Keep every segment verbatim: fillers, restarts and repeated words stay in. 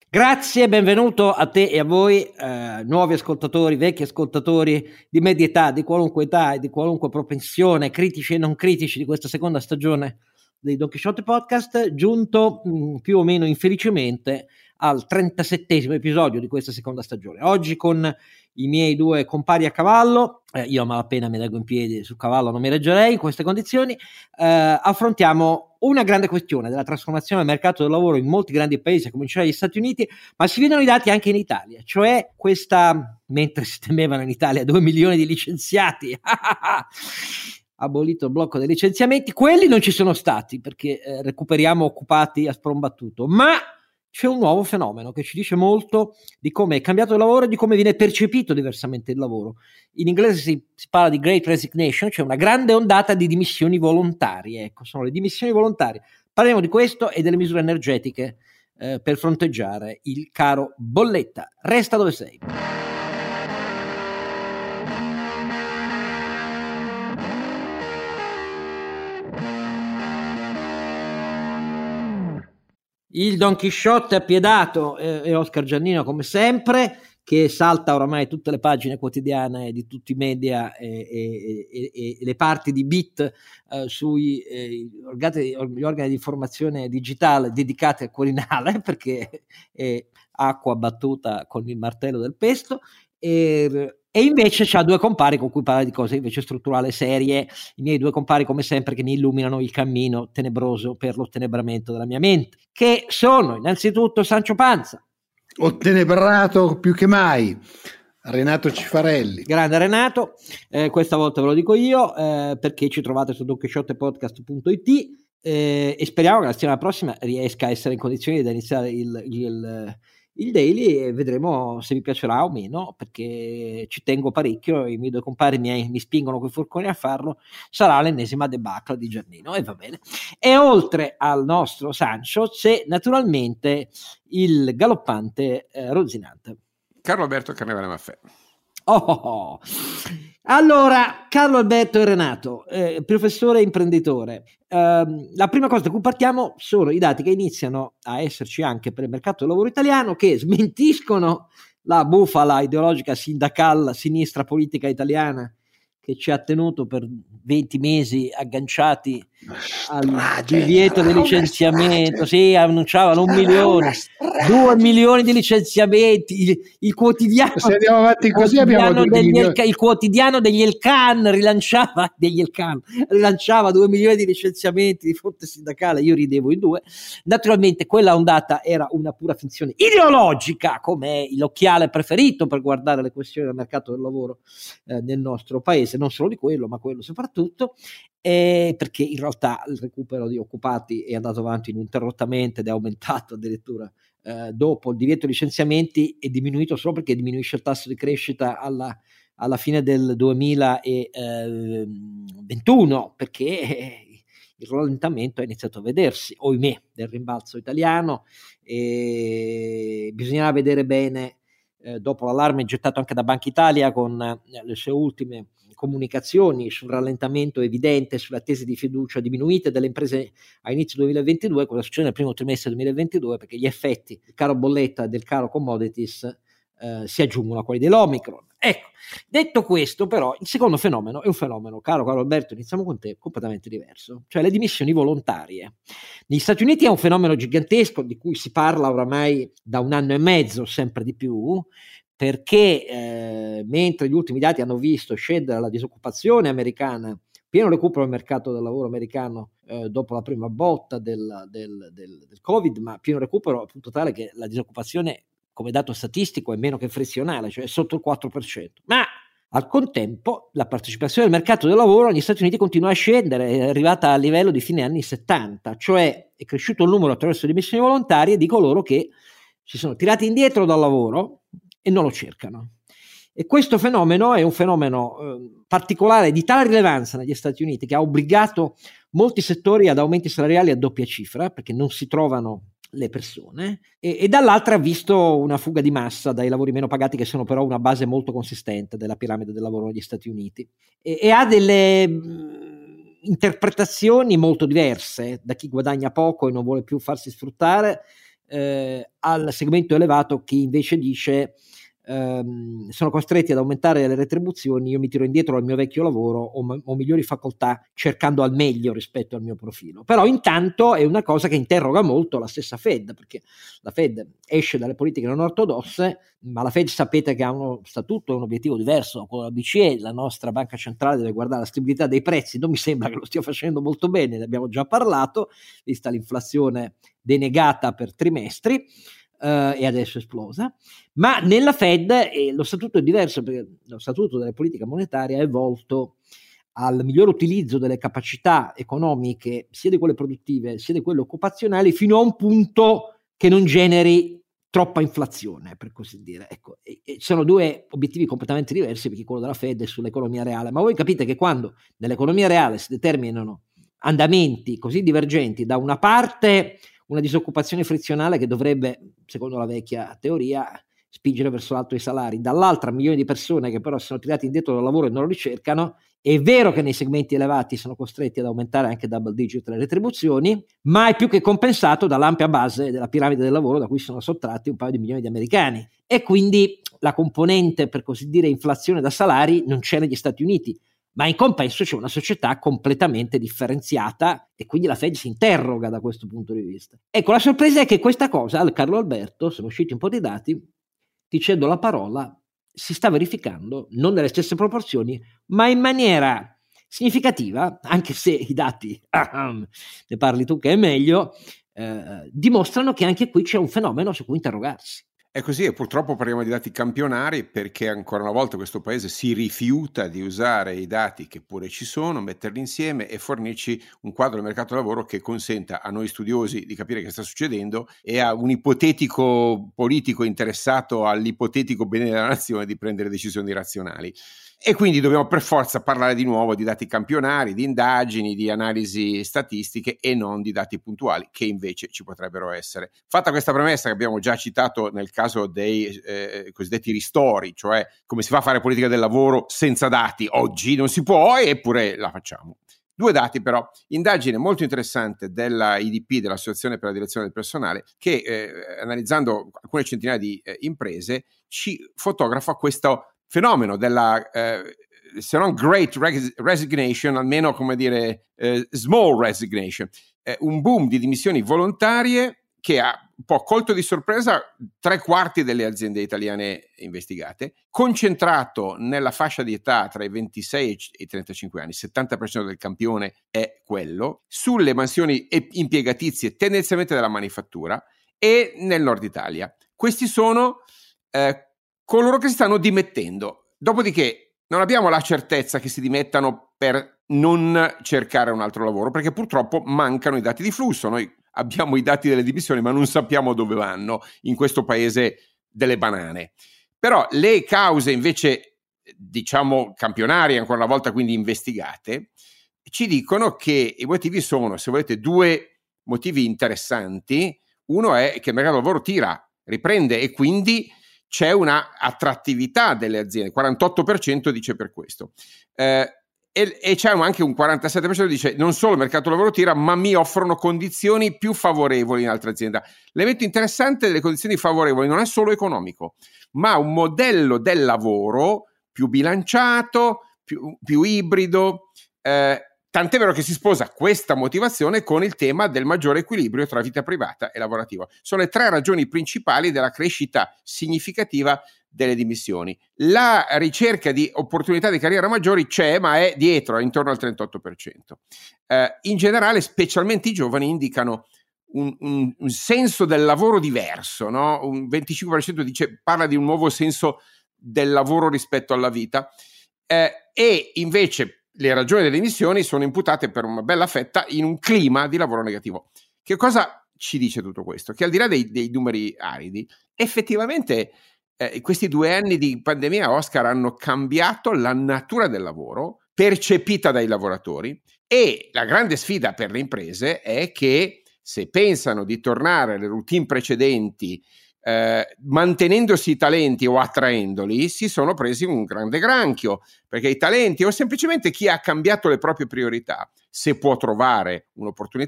Grazie, benvenuto a te e a voi, eh, nuovi ascoltatori, vecchi ascoltatori di media età, di qualunque età e di qualunque propensione, critici e non critici di questa seconda stagione dei Don Chisciotte Podcast, giunto mh, più o meno infelicemente al trentasettesimo episodio di questa seconda stagione. Oggi con i miei due compari a cavallo, eh, io a malapena mi leggo in piedi, sul cavallo non mi reggerei in queste condizioni, eh, affrontiamo una grande questione della trasformazione del mercato del lavoro in molti grandi paesi, a cominciare dagli Stati Uniti, ma si vedono i dati anche in Italia, cioè questa, mentre si temevano in Italia due milioni di licenziati, abolito il blocco dei licenziamenti, quelli non ci sono stati perché eh, recuperiamo occupati a sprombattuto, ma c'è un nuovo fenomeno che ci dice molto di come è cambiato il lavoro e di come viene percepito diversamente il lavoro. In inglese si, si parla di Great Resignation, cioè una grande ondata di dimissioni volontarie. Ecco, sono le dimissioni volontarie. Parliamo di questo e delle misure energetiche eh, per fronteggiare il caro bolletta. Resta dove sei. Il Don Chisciotte appiedato e eh, Oscar Giannino come sempre, che salta oramai tutte le pagine quotidiane di tutti i media e, e, e, e le parti di Bit eh, sui eh, organi, gli organi di informazione digitale dedicati al Quirinale, perché è acqua battuta con il martello del pesto. E, e invece c'ha due compari con cui parla di cose invece strutturali serie, i miei due compari come sempre che mi illuminano il cammino tenebroso per l'ottenebramento della mia mente, che sono innanzitutto Sancio Panza, ottenebrato più che mai, Renato Cifarelli. Grande Renato, eh, questa volta ve lo dico io eh, perché ci trovate su don chisciotte podcast punto it eh, e speriamo che la settimana prossima riesca a essere in condizioni di iniziare il, il il daily e vedremo se vi piacerà o meno, perché ci tengo parecchio, i miei due compari mi, mi spingono coi forconi a farlo. Sarà l'ennesima debacle di Giannino e va bene. E oltre al nostro Sancho c'è naturalmente il galoppante eh, Rozinante Carlo Alberto Carnevale Maffè. Oh, oh, oh. Allora, Carlo Alberto e Renato, eh, professore e imprenditore, ehm, la prima cosa da cui partiamo sono i dati che iniziano a esserci anche per il mercato del lavoro italiano, che smentiscono la bufala ideologica sindacale sinistra politica italiana che ci ha tenuto per venti mesi agganciati al divieto di licenziamento. Sì, annunciavano un milione, due milioni di licenziamenti. Il, il quotidiano, se andiamo avanti così, abbiamo degli El, il quotidiano degli Elkan rilanciava degli Elkan rilanciava due milioni di licenziamenti di fronte sindacale. Io ridevo in due. Naturalmente quella ondata era una pura finzione ideologica, come è l'occhiale preferito per guardare le questioni del mercato del lavoro eh, nel nostro paese. Non solo di quello, ma quello soprattutto, eh, perché in realtà il recupero di occupati è andato avanti ininterrottamente ed è aumentato addirittura eh, dopo il divieto di licenziamenti, è diminuito solo perché diminuisce il tasso di crescita alla, alla fine del duemilaventuno, perché eh, il rallentamento è iniziato a vedersi, ohimè, del rimbalzo italiano, e bisognerà vedere bene Eh, dopo l'allarme gettato anche da Banca Italia con eh, le sue ultime comunicazioni sul rallentamento evidente, sulle attese di fiducia diminuite delle imprese a inizio duemilaventidue, cosa succede nel primo trimestre duemilaventidue, perché gli effetti del caro bolletta e del caro commodities eh, si aggiungono a quelli dell'Omicron. Ecco, detto questo, però, il secondo fenomeno è un fenomeno, caro Carlo Alberto, iniziamo con te, completamente diverso, cioè le dimissioni volontarie. Negli Stati Uniti è un fenomeno gigantesco di cui si parla oramai da un anno e mezzo, sempre di più, perché eh, mentre gli ultimi dati hanno visto scendere la disoccupazione americana, pieno recupero del mercato del lavoro americano eh, dopo la prima botta del, del, del, del Covid, ma pieno recupero appunto tale che la disoccupazione come dato statistico è meno che frissionale, cioè sotto il quattro per cento. Ma al contempo la partecipazione al mercato del lavoro negli Stati Uniti continua a scendere, è arrivata a livello di fine anni settanta, cioè è cresciuto il numero attraverso le dimissioni volontarie di coloro che si sono tirati indietro dal lavoro e non lo cercano. E questo fenomeno è un fenomeno eh, particolare di tale rilevanza negli Stati Uniti che ha obbligato molti settori ad aumenti salariali a doppia cifra, perché non si trovano le persone, e, e dall'altra ha visto una fuga di massa dai lavori meno pagati, che sono però una base molto consistente della piramide del lavoro negli Stati Uniti, e, e ha delle mh, interpretazioni molto diverse da chi guadagna poco e non vuole più farsi sfruttare eh, al segmento elevato che invece dice ehm, sono costretti ad aumentare le retribuzioni, io mi tiro indietro dal mio vecchio lavoro, ho, ho migliori facoltà cercando al meglio rispetto al mio profilo. Però intanto è una cosa che interroga molto la stessa Fed, perché la Fed esce dalle politiche non ortodosse, ma la Fed sapete che ha uno statuto e un obiettivo diverso con la B C E. La nostra banca centrale deve guardare la stabilità dei prezzi, non mi sembra che lo stia facendo molto bene, ne abbiamo già parlato, vista l'inflazione denegata per trimestri. Uh, e adesso è esplosa, ma nella Fed eh, lo statuto è diverso, perché lo statuto della politica monetaria è volto al miglior utilizzo delle capacità economiche, sia di quelle produttive sia di quelle occupazionali, fino a un punto che non generi troppa inflazione, per così dire. Ecco, e, e sono due obiettivi completamente diversi, perché quello della Fed è sull'economia reale, ma voi capite che quando nell'economia reale si determinano andamenti così divergenti, da una parte una disoccupazione frizionale che dovrebbe, secondo la vecchia teoria, spingere verso l'alto i salari, dall'altra milioni di persone che però sono tirati indietro dal lavoro e non lo ricercano. È vero che nei segmenti elevati sono costretti ad aumentare anche double digit le retribuzioni, ma è più che compensato dall'ampia base della piramide del lavoro da cui sono sottratti un paio di milioni di americani, e quindi la componente, per così dire, inflazione da salari non c'è negli Stati Uniti, ma in compenso c'è una società completamente differenziata, e quindi la Fed si interroga da questo punto di vista. Ecco, la sorpresa è che questa cosa, al Carlo Alberto, sono usciti un po' di dati, ti cedo la parola, si sta verificando non nelle stesse proporzioni, ma in maniera significativa, anche se i dati, ne parli tu che è meglio, eh, dimostrano che anche qui c'è un fenomeno su cui interrogarsi. È così, e purtroppo parliamo di dati campionari, perché ancora una volta questo paese si rifiuta di usare i dati che pure ci sono, metterli insieme e fornirci un quadro del mercato del lavoro che consenta a noi studiosi di capire che sta succedendo e a un ipotetico politico interessato all'ipotetico bene della nazione di prendere decisioni razionali. E quindi dobbiamo per forza parlare di nuovo di dati campionari, di indagini, di analisi statistiche e non di dati puntuali, che invece ci potrebbero essere. Fatta questa premessa, che abbiamo già citato nel caso dei eh, cosiddetti ristori, cioè come si fa a fare politica del lavoro senza dati, oggi non si può, eppure la facciamo. Due dati però, indagine molto interessante della I D P, dell'Associazione per la Direzione del Personale, che eh, analizzando alcune centinaia di eh, imprese ci fotografa questo fenomeno della, eh, se non great res- resignation, almeno come dire eh, small resignation, eh, un boom di dimissioni volontarie che ha un po' colto di sorpresa tre quarti delle aziende italiane investigate, concentrato nella fascia di età tra i ventisei e i trentacinque anni, settanta per cento del campione è quello, sulle mansioni impiegatizie tendenzialmente della manifattura e nel nord Italia. Questi sono eh, coloro che si stanno dimettendo, dopodiché non abbiamo la certezza che si dimettano per non cercare un altro lavoro, perché purtroppo mancano i dati di flusso. Noi abbiamo i dati delle dimissioni, ma non sappiamo dove vanno in questo paese delle banane. Però le cause invece, diciamo, campionarie, ancora una volta quindi investigate, ci dicono che i motivi sono, se volete, due motivi interessanti. Uno è che il mercato del lavoro tira, riprende e quindi c'è una attrattività delle aziende, quarantotto per cento dice per questo. Eh, e, e c'è anche un quarantasette per cento dice non solo il mercato del lavoro tira, ma mi offrono condizioni più favorevoli in altre aziende. L'elemento interessante delle condizioni favorevoli non è solo economico, ma un modello del lavoro più bilanciato, più, più ibrido, eh, tant'è vero che si sposa questa motivazione con il tema del maggiore equilibrio tra vita privata e lavorativa. Sono le tre ragioni principali della crescita significativa delle dimissioni. La ricerca di opportunità di carriera maggiori c'è, ma è dietro, è intorno al trentotto per cento. Eh, in generale, specialmente i giovani indicano un, un, un senso del lavoro diverso, no? Un venticinque per cento dice, parla di un nuovo senso del lavoro rispetto alla vita, eh, e invece le ragioni delle dimissioni sono imputate per una bella fetta in un clima di lavoro negativo. Che cosa ci dice tutto questo? Che al di là dei, dei numeri aridi, effettivamente eh, questi due anni di pandemia, Oscar, hanno cambiato la natura del lavoro percepita dai lavoratori, e la grande sfida per le imprese è che se pensano di tornare alle routine precedenti Eh, mantenendosi i talenti o attraendoli, si sono presi un grande granchio, perché i talenti o semplicemente chi ha cambiato le proprie priorità, se può trovare un'opportunità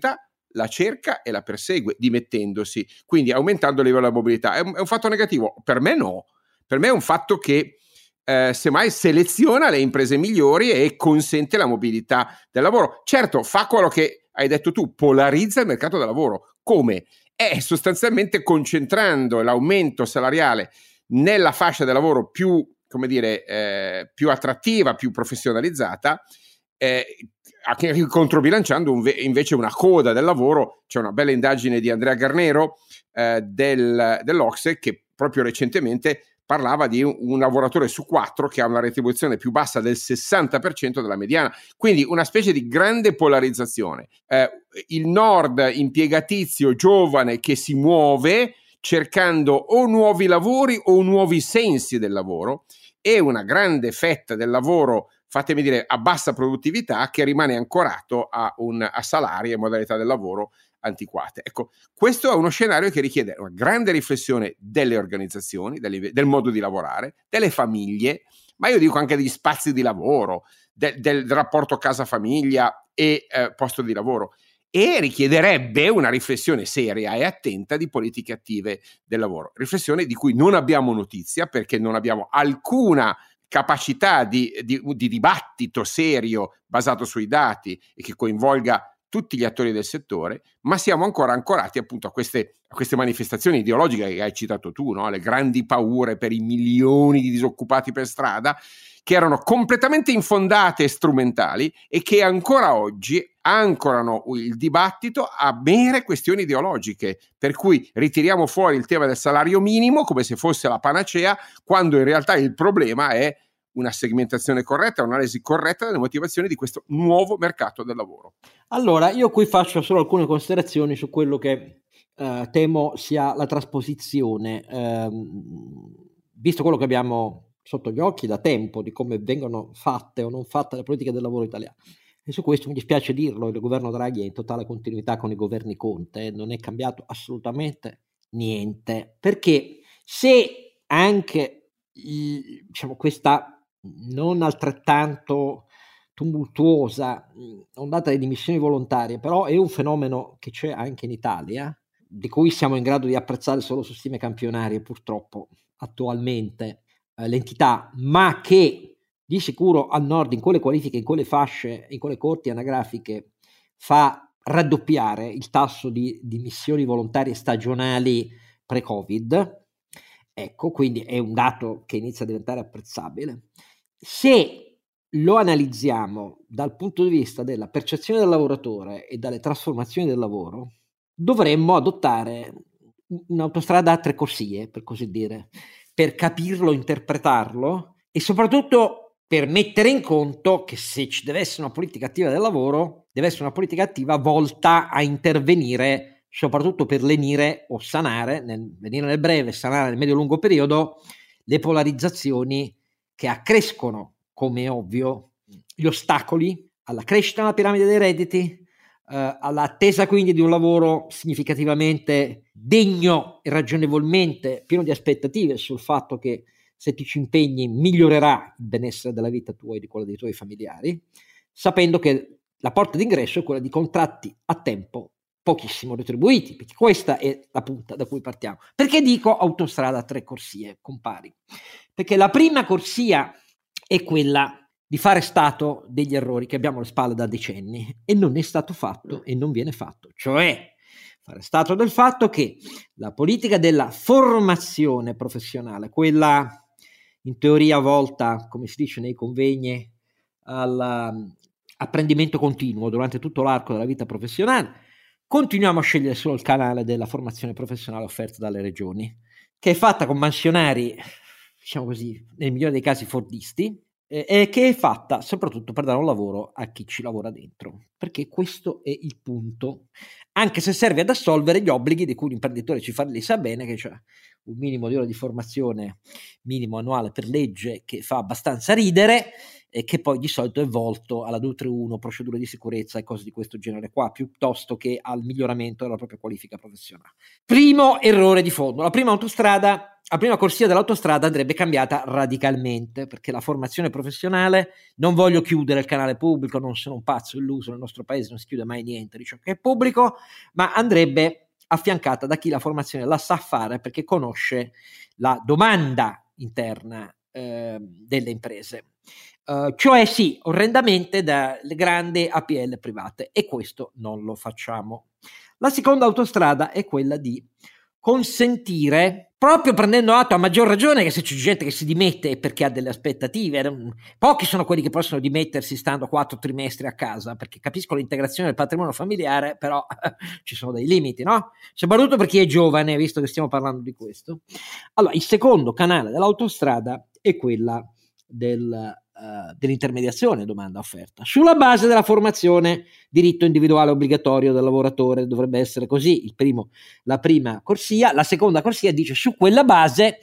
la cerca e la persegue dimettendosi, quindi aumentando il livello della mobilità. È un, è un fatto negativo? Per me no, per me è un fatto che eh, semmai seleziona le imprese migliori e consente la mobilità del lavoro. Certo, fa quello che hai detto tu, polarizza il mercato del lavoro. Come? È sostanzialmente concentrando l'aumento salariale nella fascia del lavoro più, come dire, eh, più attrattiva, più professionalizzata, eh, controbilanciando un, invece una coda del lavoro. C'è una bella indagine di Andrea Garnero eh, del, dell'Ocse che proprio recentemente parlava di un, un lavoratore su quattro che ha una retribuzione più bassa del sessanta per cento della mediana, quindi una specie di grande polarizzazione. Eh, il nord impiegatizio giovane che si muove cercando o nuovi lavori o nuovi sensi del lavoro, e una grande fetta del lavoro, fatemi dire, a bassa produttività, che rimane ancorato a, un, a salari e modalità del lavoro antiquate. Ecco, questo è uno scenario che richiede una grande riflessione delle organizzazioni, delle, del modo di lavorare, delle famiglie, ma io dico anche degli spazi di lavoro, del, del rapporto casa-famiglia e eh, posto di lavoro, e richiederebbe una riflessione seria e attenta di politiche attive del lavoro, riflessione di cui non abbiamo notizia perché non abbiamo alcuna capacità di, di, di dibattito serio basato sui dati e che coinvolga tutti gli attori del settore, ma siamo ancora ancorati appunto a queste, a queste manifestazioni ideologiche che hai citato tu, no? Le grandi paure per i milioni di disoccupati per strada, che erano completamente infondate e strumentali e che ancora oggi ancorano il dibattito a mere questioni ideologiche, per cui ritiriamo fuori il tema del salario minimo come se fosse la panacea, quando in realtà il problema è una segmentazione corretta, un'analisi corretta delle motivazioni di questo nuovo mercato del lavoro. Allora, io qui faccio solo alcune considerazioni su quello che eh, temo sia la trasposizione, eh, visto quello che abbiamo sotto gli occhi da tempo di come vengono fatte o non fatte le politiche del lavoro italiane. E su questo mi dispiace dirlo, il governo Draghi è in totale continuità con i governi Conte, non è cambiato assolutamente niente, perché se anche diciamo questa non altrettanto tumultuosa ondata di dimissioni volontarie, però è un fenomeno che c'è anche in Italia, di cui siamo in grado di apprezzare solo su stime campionarie purtroppo attualmente eh, l'entità, ma che di sicuro al nord, in quelle qualifiche, in quelle fasce, in quelle corti anagrafiche, fa raddoppiare il tasso di dimissioni volontarie stagionali pre-Covid. Ecco, quindi è un dato che inizia a diventare apprezzabile. Se lo analizziamo dal punto di vista della percezione del lavoratore e dalle trasformazioni del lavoro, dovremmo adottare un'autostrada a tre corsie, per così dire, per capirlo, interpretarlo e soprattutto per mettere in conto che se ci deve essere una politica attiva del lavoro, deve essere una politica attiva volta a intervenire soprattutto per lenire o sanare, nel, venire nel breve, sanare nel medio-lungo periodo, le polarizzazioni che accrescono, come è ovvio, gli ostacoli alla crescita della piramide dei redditi, eh, all'attesa quindi di un lavoro significativamente degno e ragionevolmente pieno di aspettative sul fatto che se ti ci impegni migliorerà il benessere della vita tua e di quella dei tuoi familiari, sapendo che la porta d'ingresso è quella di contratti a tempo pochissimo retribuiti, perché questa è la punta da cui partiamo. Perché dico autostrada a tre corsie compari? Perché la prima corsia è quella di fare stato degli errori che abbiamo alle spalle da decenni e non è stato fatto e non viene fatto, cioè fare stato del fatto che la politica della formazione professionale, quella in teoria volta, come si dice nei convegni, all'apprendimento continuo durante tutto l'arco della vita professionale, continuiamo a scegliere solo il canale della formazione professionale offerta dalle regioni, che è fatta con mansionari, diciamo così, nel migliore dei casi fordisti, eh, e che è fatta soprattutto per dare un lavoro a chi ci lavora dentro, perché questo è il punto, anche se serve ad assolvere gli obblighi di cui l'imprenditore ci fa, li sa bene che c'è un minimo di ore di formazione minimo annuale per legge che fa abbastanza ridere e che poi di solito è volto alla due tre uno, procedure di sicurezza e cose di questo genere qua, piuttosto che al miglioramento della propria qualifica professionale. Primo errore di fondo, la prima autostrada la prima corsia dell'autostrada andrebbe cambiata radicalmente, perché la formazione professionale, non voglio chiudere il canale pubblico, non sono un pazzo illuso, nel nostro paese non si chiude mai niente di ciò che è pubblico, ma andrebbe affiancata da chi la formazione la sa fare, perché conosce la domanda interna eh, delle imprese. Uh, cioè sì, orrendamente dalle grandi A P L private, e questo non lo facciamo. La seconda autostrada è quella di consentire, proprio prendendo atto a maggior ragione che se c'è gente che si dimette è perché ha delle aspettative, pochi sono quelli che possono dimettersi stando quattro trimestri a casa, perché capisco l'integrazione del patrimonio familiare, però ci sono dei limiti, no? Soprattutto per chi è giovane, visto che stiamo parlando di questo. Allora, il secondo canale dell'autostrada è quella del Uh, dell'intermediazione domanda-offerta, sulla base della formazione diritto individuale obbligatorio del lavoratore. Dovrebbe essere così il primo, la prima corsia. La seconda corsia dice: su quella base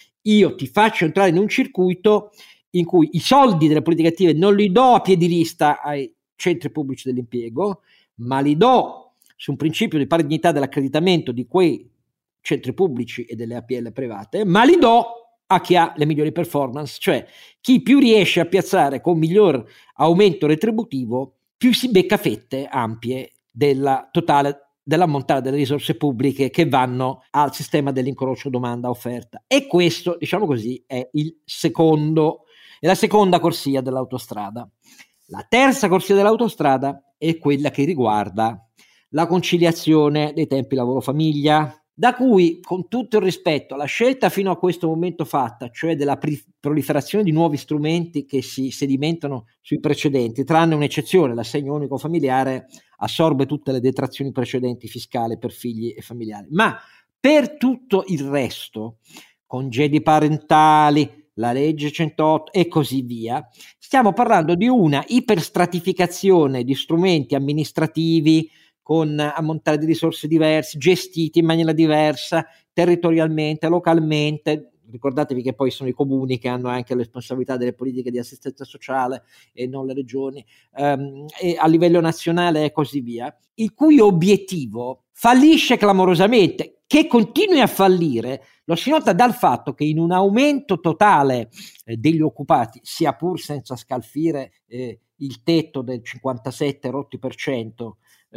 io ti faccio entrare in un circuito in cui i soldi delle politiche attive non li do a piedi lista ai centri pubblici dell'impiego, ma li do su un principio di pari dignità dell'accreditamento di quei centri pubblici e delle A P L private, ma li do a chi ha le migliori performance, cioè chi più riesce a piazzare con miglior aumento retributivo, più si becca fette ampie della totale dell'ammontare delle risorse pubbliche che vanno al sistema dell'incrocio domanda-offerta. E questo, diciamo così, è il secondo, è la seconda corsia dell'autostrada. La terza corsia dell'autostrada è quella che riguarda la conciliazione dei tempi lavoro-famiglia, da cui, con tutto il rispetto, la scelta fino a questo momento fatta, cioè della pri- proliferazione di nuovi strumenti che si sedimentano sui precedenti, tranne un'eccezione, l'assegno unico familiare assorbe tutte le detrazioni precedenti fiscali per figli e familiari, ma per tutto il resto, congedi parentali, la legge centootto e così via, stiamo parlando di una iperstratificazione di strumenti amministrativi con ammontare di risorse diverse, gestiti in maniera diversa, territorialmente, localmente. Ricordatevi che poi sono i comuni che hanno anche la responsabilità delle politiche di assistenza sociale e non le regioni, um, e a livello nazionale e così via, il cui obiettivo fallisce clamorosamente. Che continui a fallire lo si nota dal fatto che in un aumento totale eh, degli occupati, sia pur senza scalfire eh, il tetto del cinquantasette rotti per cento,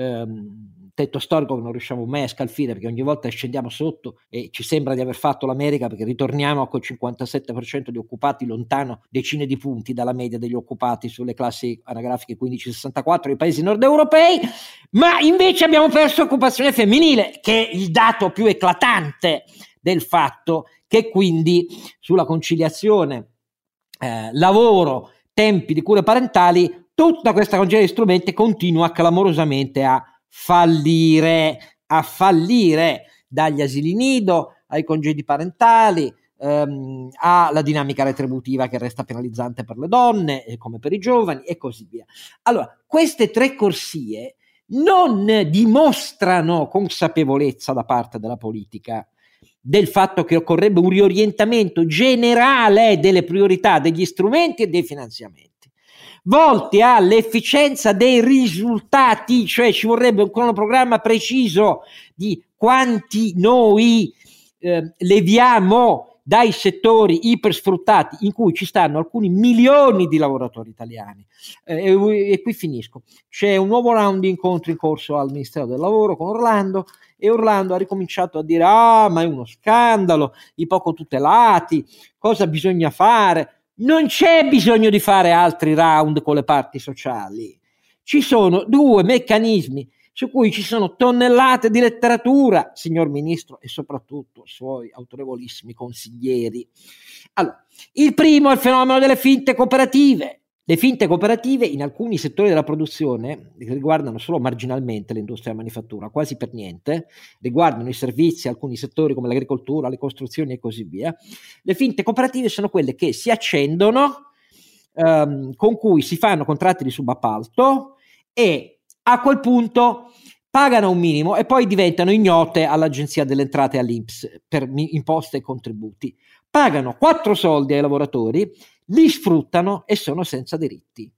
ehm, tetto storico che non riusciamo mai a scalfire, perché ogni volta scendiamo sotto e ci sembra di aver fatto l'America, perché ritorniamo a quel cinquantasette per cento di occupati, lontano decine di punti dalla media degli occupati sulle classi anagrafiche quindici sessantaquattro dei paesi nord europei, ma invece abbiamo perso occupazione femminile, che è il dato più eclatante del fatto che quindi sulla conciliazione eh, lavoro, tempi di cure parentali, tutta questa congerie di strumenti continua clamorosamente a fallire, a fallire, dagli asili nido ai congedi parentali, ehm, alla dinamica retributiva che resta penalizzante per le donne, eh, come per i giovani e così via. Allora, queste tre corsie non dimostrano consapevolezza da parte della politica del fatto che occorrebbe un riorientamento generale delle priorità, degli strumenti e dei finanziamenti, volti all'efficienza dei risultati, cioè ci vorrebbe un cronoprogramma preciso di quanti noi eh, leviamo dai settori ipersfruttati in cui ci stanno alcuni milioni di lavoratori italiani. Eh, e, e qui finisco. C'è un nuovo round di incontri in corso al Ministero del Lavoro con Orlando, e Orlando ha ricominciato a dire: ah, ma è uno scandalo, i poco tutelati, cosa bisogna fare? Non c'è bisogno di fare altri round con le parti sociali. Ci sono due meccanismi su cui ci sono tonnellate di letteratura, signor Ministro, e soprattutto suoi autorevolissimi consiglieri. Allora, il primo è il fenomeno delle finte cooperative. Le finte cooperative in alcuni settori della produzione, che riguardano solo marginalmente l'industria della manifattura, quasi per niente, riguardano i servizi, alcuni settori come l'agricoltura, le costruzioni e così via. Le finte cooperative sono quelle che si accendono, ehm, con cui si fanno contratti di subappalto e a quel punto pagano un minimo e poi diventano ignote all'Agenzia delle Entrate e all'I N P S per imposte e contributi. Pagano quattro soldi ai lavoratori, li sfruttano e sono senza diritti.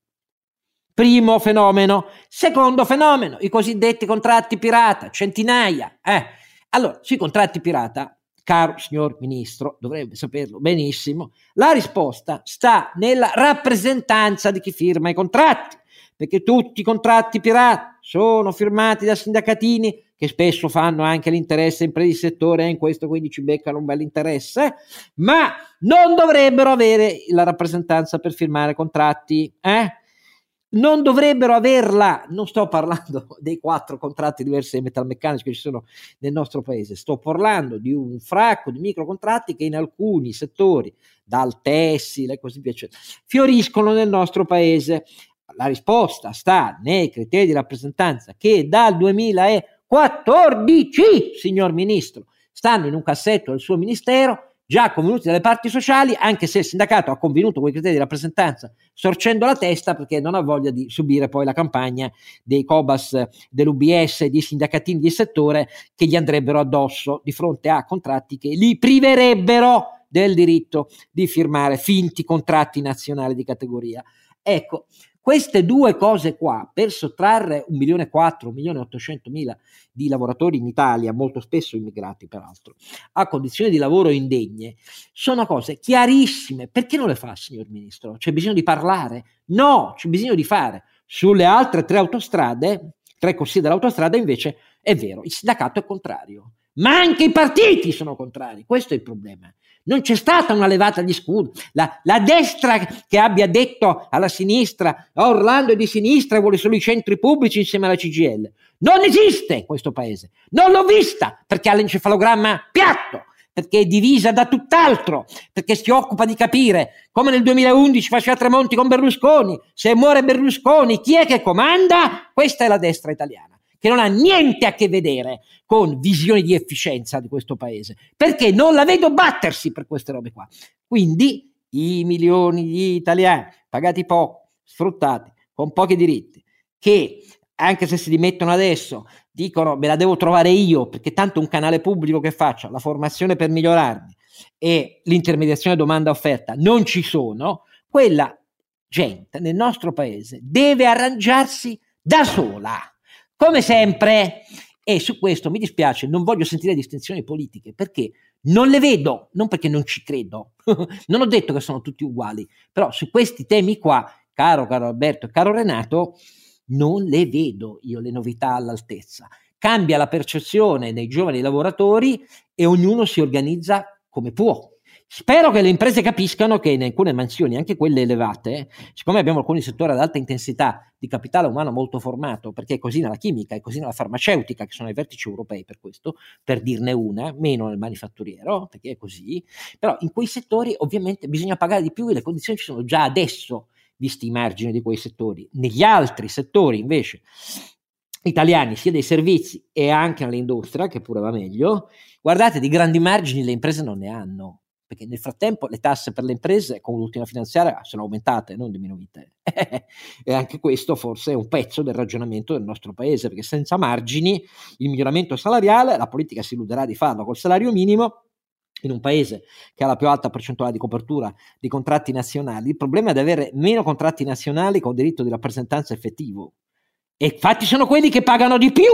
Primo fenomeno. Secondo fenomeno, i cosiddetti contratti pirata, centinaia. Eh. Allora, sui contratti pirata Caro signor Ministro, dovrebbe saperlo benissimo, la risposta sta nella rappresentanza di chi firma i contratti, perché tutti i contratti pirata sono firmati da sindacatini che spesso fanno anche l'interesse in di settore, e in questo quindi ci beccano un bel interesse, ma non dovrebbero avere la rappresentanza per firmare contratti, eh? Non dovrebbero averla. Non sto parlando dei quattro contratti diversi dei metalmeccanici che ci sono nel nostro paese, sto parlando di un fracco di microcontratti che in alcuni settori, dal tessile e così via, fioriscono nel nostro paese. La risposta sta nei criteri di rappresentanza che dal duemilaquattordici, signor Ministro, stanno in un cassetto del suo Ministero, già convenuti dalle parti sociali, anche se il sindacato ha convenuto quei criteri di rappresentanza storcendo la testa perché non ha voglia di subire poi la campagna dei Cobas, dell'U B S e di sindacatini di settore che gli andrebbero addosso di fronte a contratti che li priverebbero del diritto di firmare finti contratti nazionali di categoria. Ecco, queste due cose qua, per sottrarre un milione e quattro, un milione e ottocentomila di lavoratori in Italia, molto spesso immigrati peraltro, a condizioni di lavoro indegne, sono cose chiarissime. Perché non le fa, signor Ministro? C'è bisogno di parlare? No, c'è bisogno di fare. Sulle altre tre autostrade, tre corsie dell'autostrada, invece, è vero, il sindacato è contrario. Ma anche i partiti sono contrari, questo è il problema. Non c'è stata una levata di scudo. La, la destra che abbia detto alla sinistra Orlando è di sinistra e vuole solo i centri pubblici insieme alla C G I L. Non esiste in questo paese. Non l'ho vista perché ha l'encefalogramma piatto, perché è divisa da tutt'altro, perché si occupa di capire come nel duemilaundici faceva Tremonti con Berlusconi. Se muore Berlusconi, chi è che comanda? Questa è la destra italiana, che non ha niente a che vedere con visioni di efficienza di questo paese, perché non la vedo battersi per queste robe qua. Quindi i milioni di italiani pagati poco, sfruttati, con pochi diritti, che anche se si dimettono adesso dicono me la devo trovare io, perché tanto un canale pubblico che faccia la formazione per migliorarmi e l'intermediazione domanda-offerta non ci sono, quella gente nel nostro paese deve arrangiarsi da sola, come sempre. E su questo mi dispiace, non voglio sentire distinzioni politiche, perché non le vedo, non perché non ci credo, non ho detto che sono tutti uguali, però su questi temi qua, caro caro Alberto e caro Renato, non le vedo io le novità all'altezza. Cambia la percezione dei giovani lavoratori e ognuno si organizza come può. Spero che le imprese capiscano che in alcune mansioni, anche quelle elevate, siccome abbiamo alcuni settori ad alta intensità di capitale umano molto formato, perché è così nella chimica, è così nella farmaceutica, che sono ai vertici europei per questo, per dirne una, meno nel manifatturiero, perché è così, però in quei settori ovviamente bisogna pagare di più e le condizioni ci sono già adesso, visti i margini di quei settori. Negli altri settori invece italiani, sia dei servizi e anche nell'industria, che pure va meglio, guardate, di grandi margini le imprese non ne hanno, perché nel frattempo le tasse per le imprese con l'ultima finanziaria sono aumentate, non diminuite. E anche questo forse è un pezzo del ragionamento del nostro paese, perché senza margini il miglioramento salariale, la politica si illuderà di farlo col salario minimo, in un paese che ha la più alta percentuale di copertura di contratti nazionali. Il problema è di avere meno contratti nazionali con diritto di rappresentanza effettivo, e infatti sono quelli che pagano di più,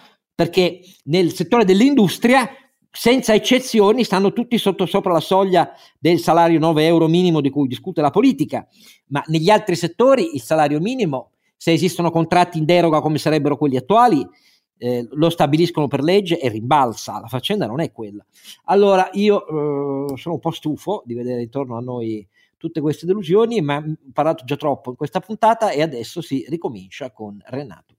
perché nel settore dell'industria senza eccezioni stanno tutti sotto sopra la soglia del salario nove euro minimo di cui discute la politica, ma negli altri settori il salario minimo, se esistono contratti in deroga come sarebbero quelli attuali, eh, lo stabiliscono per legge e rimbalza. La faccenda non è quella. Allora io eh, sono un po' stufo di vedere intorno a noi tutte queste delusioni, ma ho parlato già troppo in questa puntata e adesso si ricomincia con Renato.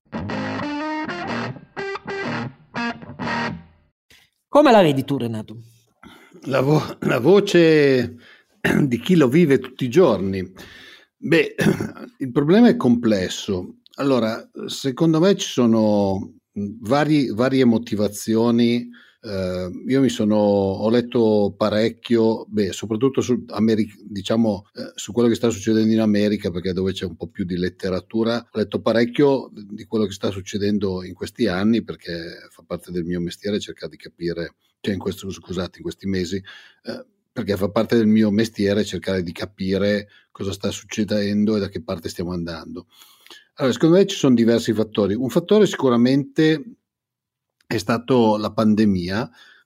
Come la vedi tu, Renato? La, vo- la voce di chi lo vive tutti i giorni. Beh, il problema è complesso. Allora, secondo me ci sono vari, varie motivazioni. Uh, io mi sono, ho letto parecchio, beh, soprattutto su, America, diciamo, eh, su quello che sta succedendo in America, perché dove c'è un po' più di letteratura. Ho letto parecchio di quello che sta succedendo in questi anni, perché fa parte del mio mestiere cercare di capire, cioè in questo, scusate, in questi mesi, eh, perché fa parte del mio mestiere cercare di capire cosa sta succedendo e da che parte stiamo andando. Allora, secondo me ci sono diversi fattori. Un fattore sicuramente è stato la pandemia,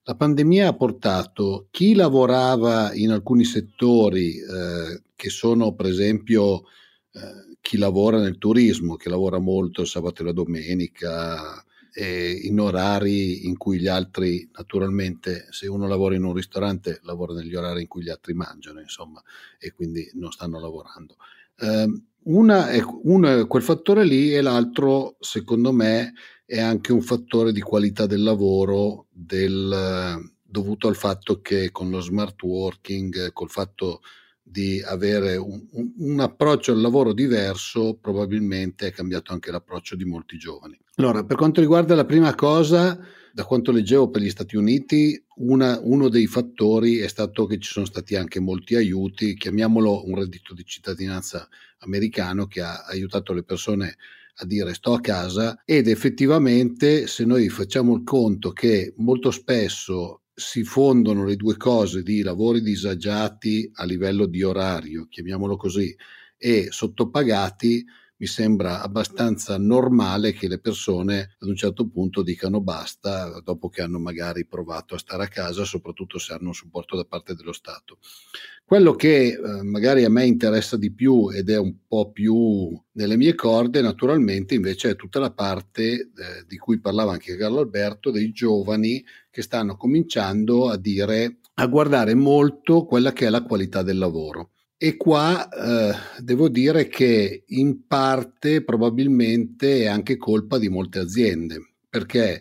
la pandemia ha portato chi lavorava in alcuni settori, eh, che sono per esempio eh, chi lavora nel turismo, che lavora molto il sabato e la domenica, e in orari in cui gli altri, naturalmente, se uno lavora in un ristorante lavora negli orari in cui gli altri mangiano, insomma, e quindi non stanno lavorando. Eh, una è, uno è quel fattore lì, e l'altro, secondo me, è anche un fattore di qualità del lavoro, del, dovuto al fatto che con lo smart working, col fatto di avere un, un, un approccio al lavoro diverso, probabilmente è cambiato anche l'approccio di molti giovani. Allora, per quanto riguarda la prima cosa, da quanto leggevo per gli Stati Uniti, una, uno dei fattori è stato che ci sono stati anche molti aiuti, chiamiamolo un reddito di cittadinanza americano, che ha aiutato le persone a dire sto a casa, ed effettivamente se noi facciamo il conto che molto spesso si fondono le due cose di lavori disagiati a livello di orario, chiamiamolo così, e sottopagati, mi sembra abbastanza normale che le persone ad un certo punto dicano basta, dopo che hanno magari provato a stare a casa, soprattutto se hanno un supporto da parte dello Stato. Quello che eh, magari a me interessa di più ed è un po' più nelle mie corde, naturalmente, invece è tutta la parte eh, di cui parlava anche Carlo Alberto, dei giovani che stanno cominciando a dire, a guardare molto quella che è la qualità del lavoro. E qua eh, devo dire che in parte probabilmente è anche colpa di molte aziende, perché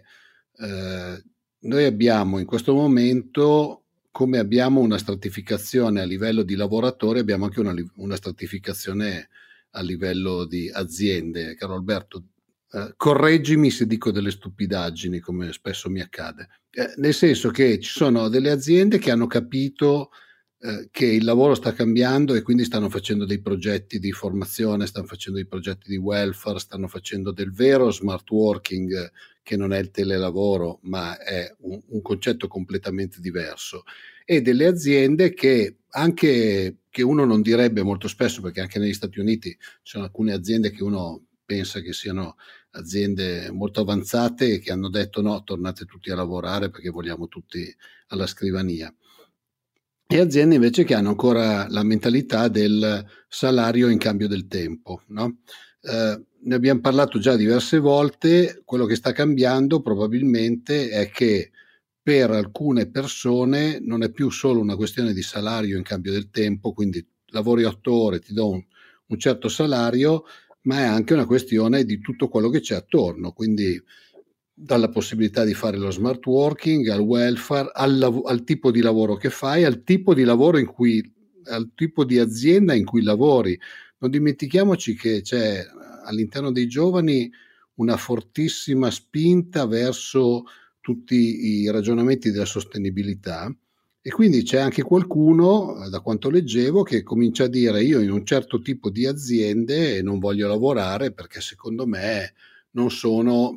eh, noi abbiamo in questo momento, come abbiamo una stratificazione a livello di lavoratori, abbiamo anche una, una stratificazione a livello di aziende. Caro Alberto, eh, correggimi se dico delle stupidaggini, come spesso mi accade, eh, nel senso che ci sono delle aziende che hanno capito che il lavoro sta cambiando e quindi stanno facendo dei progetti di formazione, stanno facendo dei progetti di welfare, stanno facendo del vero smart working, che non è il telelavoro, ma è un, un concetto completamente diverso, e delle aziende che anche che uno non direbbe molto spesso, perché anche negli Stati Uniti ci sono alcune aziende che uno pensa che siano aziende molto avanzate e che hanno detto no, tornate tutti a lavorare perché vogliamo tutti alla scrivania. E aziende invece che hanno ancora la mentalità del salario in cambio del tempo, no? Eh, ne abbiamo parlato già diverse volte. Quello che sta cambiando probabilmente è che per alcune persone non è più solo una questione di salario in cambio del tempo, quindi lavori otto ore, ti do un, un certo salario, ma è anche una questione di tutto quello che c'è attorno, quindi dalla possibilità di fare lo smart working, al welfare, al, al tipo di lavoro che fai, al tipo di lavoro in cui, al tipo di azienda in cui lavori. Non dimentichiamoci che c'è all'interno dei giovani una fortissima spinta verso tutti i ragionamenti della sostenibilità, e quindi c'è anche qualcuno, da quanto leggevo, che comincia a dire io in un certo tipo di aziende non voglio lavorare perché secondo me non sono,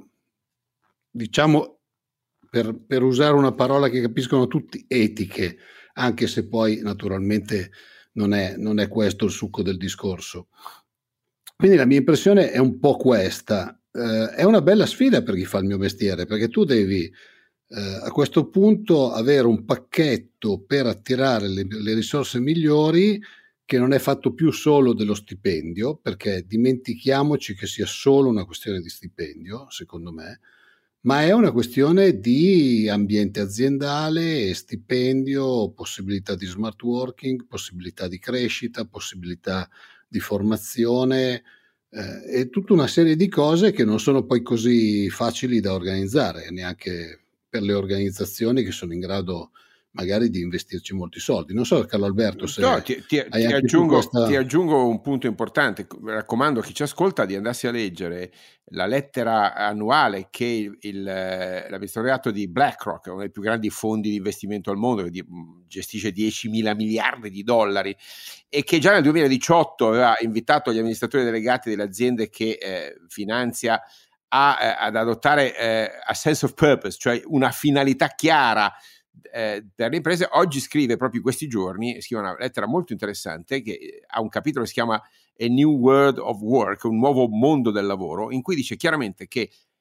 diciamo, per, per usare una parola che capiscono tutti, etiche, anche se poi naturalmente non è, non è questo il succo del discorso. Quindi la mia impressione è un po' questa. Eh, è una bella sfida per chi fa il mio mestiere, perché tu devi eh, a questo punto avere un pacchetto per attirare le, le risorse migliori, che non è fatto più solo dello stipendio, perché dimentichiamoci che sia solo una questione di stipendio, secondo me, ma è una questione di ambiente aziendale, stipendio, possibilità di smart working, possibilità di crescita, possibilità di formazione, eh, e tutta una serie di cose che non sono poi così facili da organizzare, neanche per le organizzazioni che sono in grado magari di investirci molti soldi. Non so, Carlo Alberto, se no, ti, ti, hai ti, anche aggiungo, questa... ti aggiungo un punto importante. Raccomando a chi ci ascolta di andarsi a leggere la lettera annuale che il, il, l'amministratoriato di BlackRock, uno dei più grandi fondi di investimento al mondo, che di, gestisce diecimila miliardi di dollari, e che già nel duemiladiciotto aveva invitato gli amministratori delegati delle aziende che eh, finanzia a, eh, ad adottare eh, a sense of purpose, cioè una finalità chiara eh, per le imprese. Oggi scrive, proprio in questi giorni, scrive una lettera molto interessante che ha un capitolo che si chiama A New World of Work, un nuovo mondo del lavoro, in cui dice chiaramente che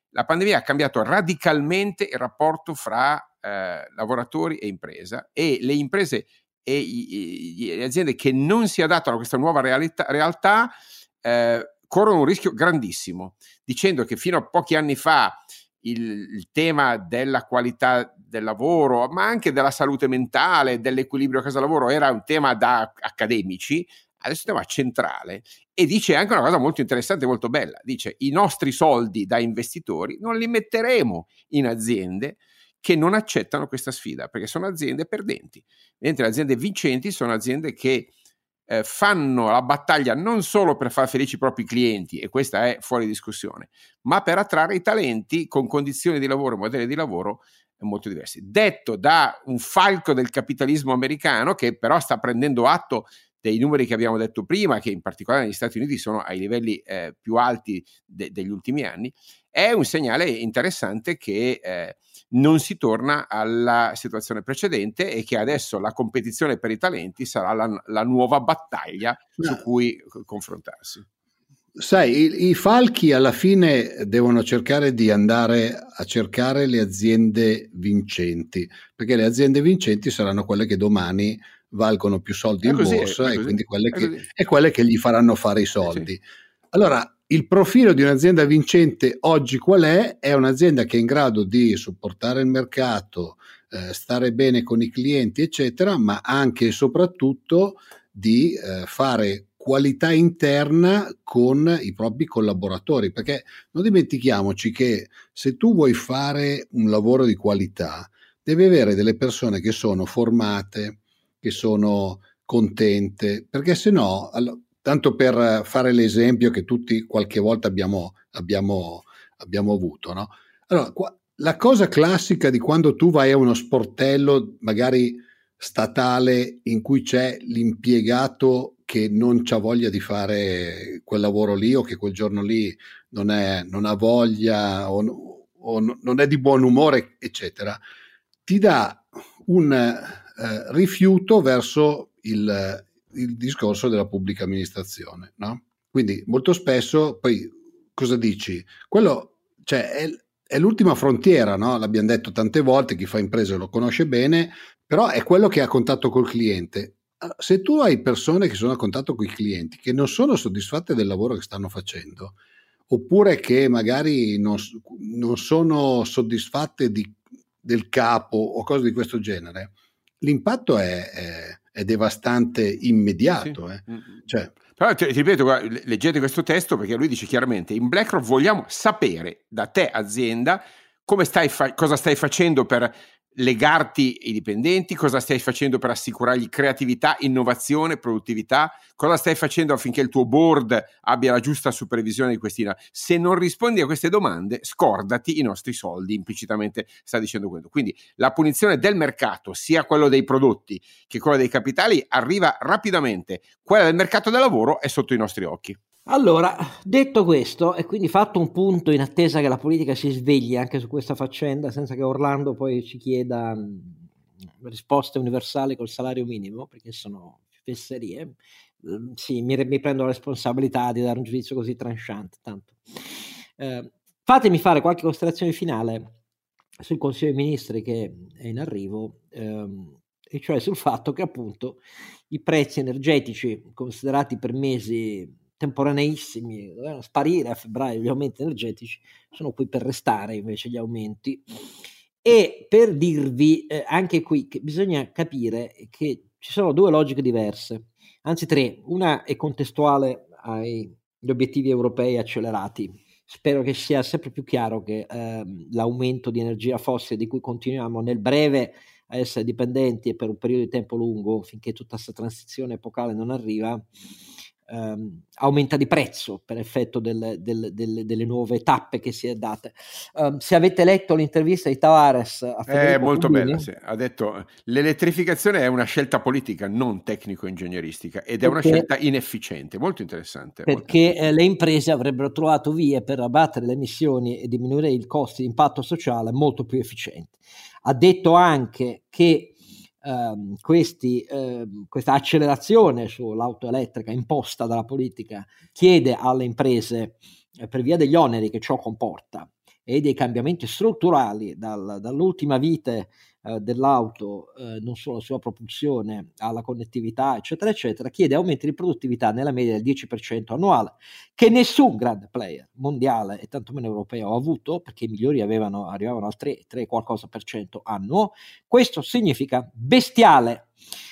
la pandemia ha cambiato radicalmente il rapporto fra eh, lavoratori e impresa, e le imprese e i, i, le aziende che non si adattano a questa nuova realtà, realtà eh, corrono un rischio grandissimo, dicendo che fino a pochi anni fa il, il tema della qualità del lavoro, ma anche della salute mentale, dell'equilibrio casa-lavoro era un tema da accademici, adesso è un tema centrale. E dice anche una cosa molto interessante, molto bella, dice: i nostri soldi da investitori non li metteremo in aziende che non accettano questa sfida, perché sono aziende perdenti, mentre le aziende vincenti sono aziende che eh, fanno la battaglia non solo per far felici i propri clienti, e questa è fuori discussione, ma per attrarre i talenti con condizioni di lavoro e modelli di lavoro molto diversi. Detto da un falco del capitalismo americano, che però sta prendendo atto dei numeri che abbiamo detto prima, che in particolare negli Stati Uniti sono ai livelli eh, più alti de- degli ultimi anni, è un segnale interessante che eh, non si torna alla situazione precedente, e che adesso la competizione per i talenti sarà la, la nuova battaglia no. su cui confrontarsi. Sai, i, i falchi alla fine devono cercare di andare a cercare le aziende vincenti, perché le aziende vincenti saranno quelle che domani valgono più soldi in borsa, e quindi quelle che, e quelle che gli faranno fare i soldi. Eh sì. Allora, il profilo di un'azienda vincente oggi qual è? È un'azienda che è in grado di supportare il mercato, eh, stare bene con i clienti, eccetera, ma anche e soprattutto di eh, fare qualità interna con i propri collaboratori, perché non dimentichiamoci che se tu vuoi fare un lavoro di qualità, devi avere delle persone che sono formate, che sono contente, perché se no, allora, tanto per fare l'esempio che tutti qualche volta abbiamo, abbiamo, abbiamo avuto, no? Allora, qua, la cosa classica di quando tu vai a uno sportello, magari statale, in cui c'è l'impiegato che non c'ha voglia di fare quel lavoro lì, o che quel giorno lì non, è, non ha voglia, o, o non è di buon umore, eccetera, ti dà un eh, rifiuto verso il il discorso della pubblica amministrazione, no? Quindi molto spesso poi cosa dici? Quello, cioè, è, è l'ultima frontiera, no? L'abbiamo detto tante volte, chi fa imprese lo conosce bene, però è quello che ha contatto col cliente. Allora, se tu hai persone che sono a contatto con i clienti, che non sono soddisfatte del lavoro che stanno facendo, oppure che magari non, non sono soddisfatte di, del capo o cose di questo genere, l'impatto è, è è devastante immediato. Eh. Cioè, però ti, ti ripeto, guarda, leggete questo testo, perché lui dice chiaramente: in BlackRock vogliamo sapere da te azienda come stai fa- cosa stai facendo per legarti ai dipendenti, cosa stai facendo per assicurargli creatività, innovazione, produttività, cosa stai facendo affinché il tuo board abbia la giusta supervisione di questi. Se non rispondi a queste domande, scordati i nostri soldi, implicitamente sta dicendo quello. Quindi la punizione del mercato, sia quello dei prodotti che quello dei capitali, arriva rapidamente. Quella del mercato del lavoro è sotto i nostri occhi. Allora, detto questo, e quindi fatto un punto in attesa che la politica si svegli anche su questa faccenda, senza che Orlando poi ci chieda mh, risposte universali col salario minimo, perché sono fesserie, uh, sì, mi, mi prendo la responsabilità di dare un giudizio così tranchant. Tanto. Uh, fatemi fare qualche considerazione finale sul Consiglio dei Ministri che è in arrivo, um, e cioè sul fatto che appunto i prezzi energetici considerati per mesi temporaneissimi, dovevano sparire a febbraio gli aumenti energetici, sono qui per restare invece gli aumenti. E per dirvi eh, anche qui che bisogna capire che ci sono due logiche diverse, anzi tre. Una è contestuale agli obiettivi europei accelerati. Spero che sia sempre più chiaro che eh, l'aumento di energia fossile di cui continuiamo nel breve a essere dipendenti, e per un periodo di tempo lungo, finché tutta questa transizione epocale non arriva, ehm, aumenta di prezzo per effetto del, del, del, delle nuove tappe che si è date. Um, se avete letto l'intervista di Tavares a Federico è molto Fubini, bella, sì. Ha detto l'elettrificazione è una scelta politica, non tecnico-ingegneristica, ed è perché, una scelta inefficiente, molto interessante. Perché molto interessante. Eh, le imprese avrebbero trovato vie per abbattere le emissioni e diminuire il costo di impatto sociale molto più efficienti. Ha detto anche che Um, questi, uh, questa accelerazione sull'auto elettrica imposta dalla politica chiede alle imprese, eh, per via degli oneri che ciò comporta, e dei cambiamenti strutturali dal, dall'ultima vite eh, dell'auto, eh, non solo la sua propulsione, alla connettività, eccetera, eccetera, chiede aumenti di produttività nella media del dieci per cento annuale, che nessun grande player mondiale e tantomeno europeo ha avuto, perché i migliori avevano, arrivavano al tre, tre qualcosa per cento annuo. Questo significa bestiale,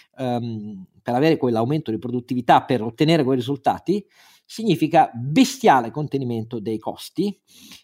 um, per avere quell'aumento di produttività, per ottenere quei risultati, significa bestiale contenimento dei costi